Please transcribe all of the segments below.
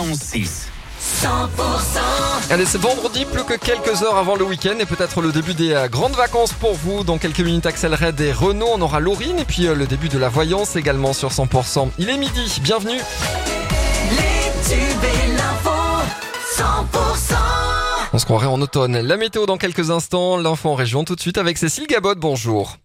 91.6. 100%. Allez, c'est vendredi, plus que quelques heures avant le week-end et peut-être le début des grandes vacances pour vous. Dans quelques minutes, Axel Red et Renaud, on aura Laurine et puis le début de la voyance également sur 100%. Il est midi, bienvenue. Les tubes et l'info, 100%. On se croirait en automne. La météo dans quelques instants, l'info en région tout de suite avec Cécile Gabot, bonjour.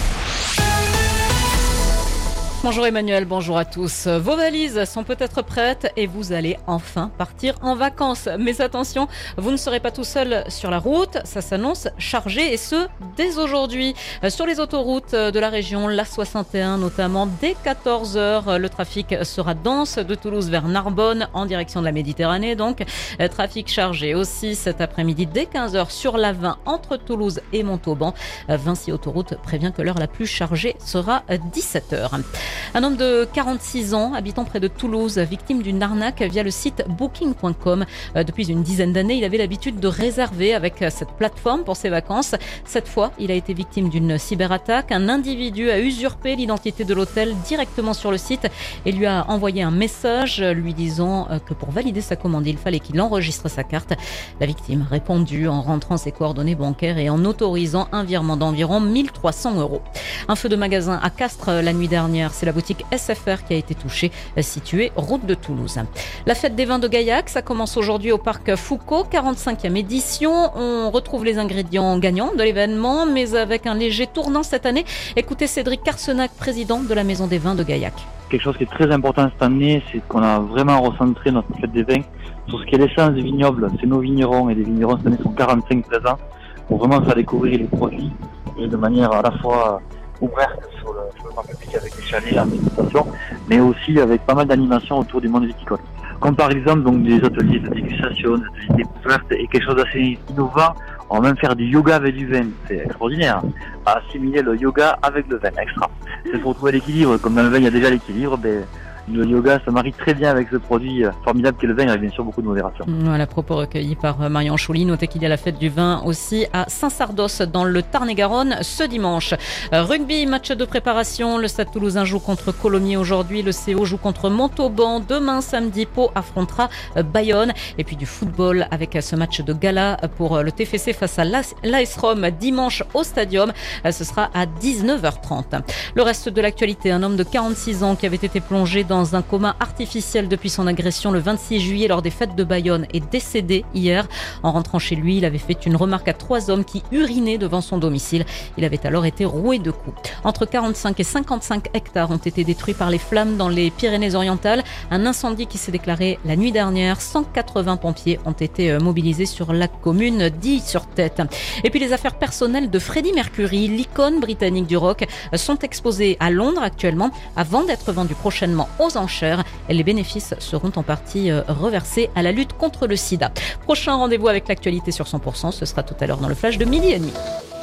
Bonjour Emmanuel, bonjour à tous. Vos valises sont peut-être prêtes et vous allez enfin partir en vacances. Mais attention, vous ne serez pas tout seul sur la route. Ça s'annonce chargé et ce, dès aujourd'hui. Sur les autoroutes de la région, l'A61 notamment, dès 14h, le trafic sera dense de Toulouse vers Narbonne en direction de la Méditerranée. Donc, trafic chargé aussi cet après-midi dès 15h sur l'A20 entre Toulouse et Montauban. Vinci Autoroute prévient que l'heure la plus chargée sera 17h. Un homme de 46 ans, habitant près de Toulouse, victime d'une arnaque via le site booking.com. Depuis une dizaine d'années, il avait l'habitude de réserver avec cette plateforme pour ses vacances. Cette fois, il a été victime d'une cyberattaque. Un individu a usurpé l'identité de l'hôtel directement sur le site et lui a envoyé un message lui disant que pour valider sa commande, il fallait qu'il enregistre sa carte. La victime a répondu en rentrant ses coordonnées bancaires et en autorisant un virement d'environ 1 300 €. Un feu de magasin à Castres la nuit dernière. C'est la boutique SFR qui a été touchée, située route de Toulouse. La fête des vins de Gaillac, ça commence aujourd'hui au parc Foucault, 45e édition. On retrouve les ingrédients gagnants de l'événement, mais avec un léger tournant cette année. Écoutez Cédric Carsenac, président de la Maison des vins de Gaillac. Quelque chose qui est très important cette année, c'est qu'on a vraiment recentré notre fête des vins sur ce qui est l'essence du vignoble. C'est nos vignerons et les vignerons cette année sont 45 présents pour vraiment faire découvrir les produits et de manière à la fois ouverte sur le grand public avec des chalets, la dégustation, mais aussi avec pas mal d'animations autour du monde viticole. Comme par exemple donc des ateliers de dégustation, des ateliers de découverte et quelque chose d'assez innovant, on va même faire du yoga avec du vin, c'est extraordinaire. On va assimiler le yoga avec le vin, extra. C'est pour trouver l'équilibre, comme dans le vin il y a déjà l'équilibre, le yoga se marie très bien avec ce produit formidable qu'est le vin, avec bien sûr beaucoup de modération. Voilà, propos recueillis par Marion Chouli. Notez qu'il y a la fête du vin aussi à Saint-Sardos dans le Tarn-et-Garonne ce dimanche. Rugby, match de préparation. Le Stade Toulousain joue contre Colomiers aujourd'hui. Le CO joue contre Montauban. Demain samedi, Pau affrontera Bayonne. Et puis du football avec ce match de gala pour le TFC face à l'AS Rome dimanche au Stadium. Ce sera à 19h30. Le reste de l'actualité, un homme de 46 ans qui avait été plongé dans un coma artificiel depuis son agression le 26 juillet lors des fêtes de Bayonne est décédé hier. En rentrant chez lui, il avait fait une remarque à 3 hommes qui urinaient devant son domicile. Il avait alors été roué de coups. Entre 45 et 55 hectares ont été détruits par les flammes dans les Pyrénées-Orientales. Un incendie qui s'est déclaré la nuit dernière. 180 pompiers ont été mobilisés sur la commune d'Ille-sur-Tête. Et puis les affaires personnelles de Freddie Mercury, l'icône britannique du rock, sont exposées à Londres actuellement avant d'être vendues prochainement aux enchères. Les bénéfices seront en partie reversés à la lutte contre le sida. Prochain rendez-vous avec l'actualité sur 100%, ce sera tout à l'heure dans le flash de 12h30.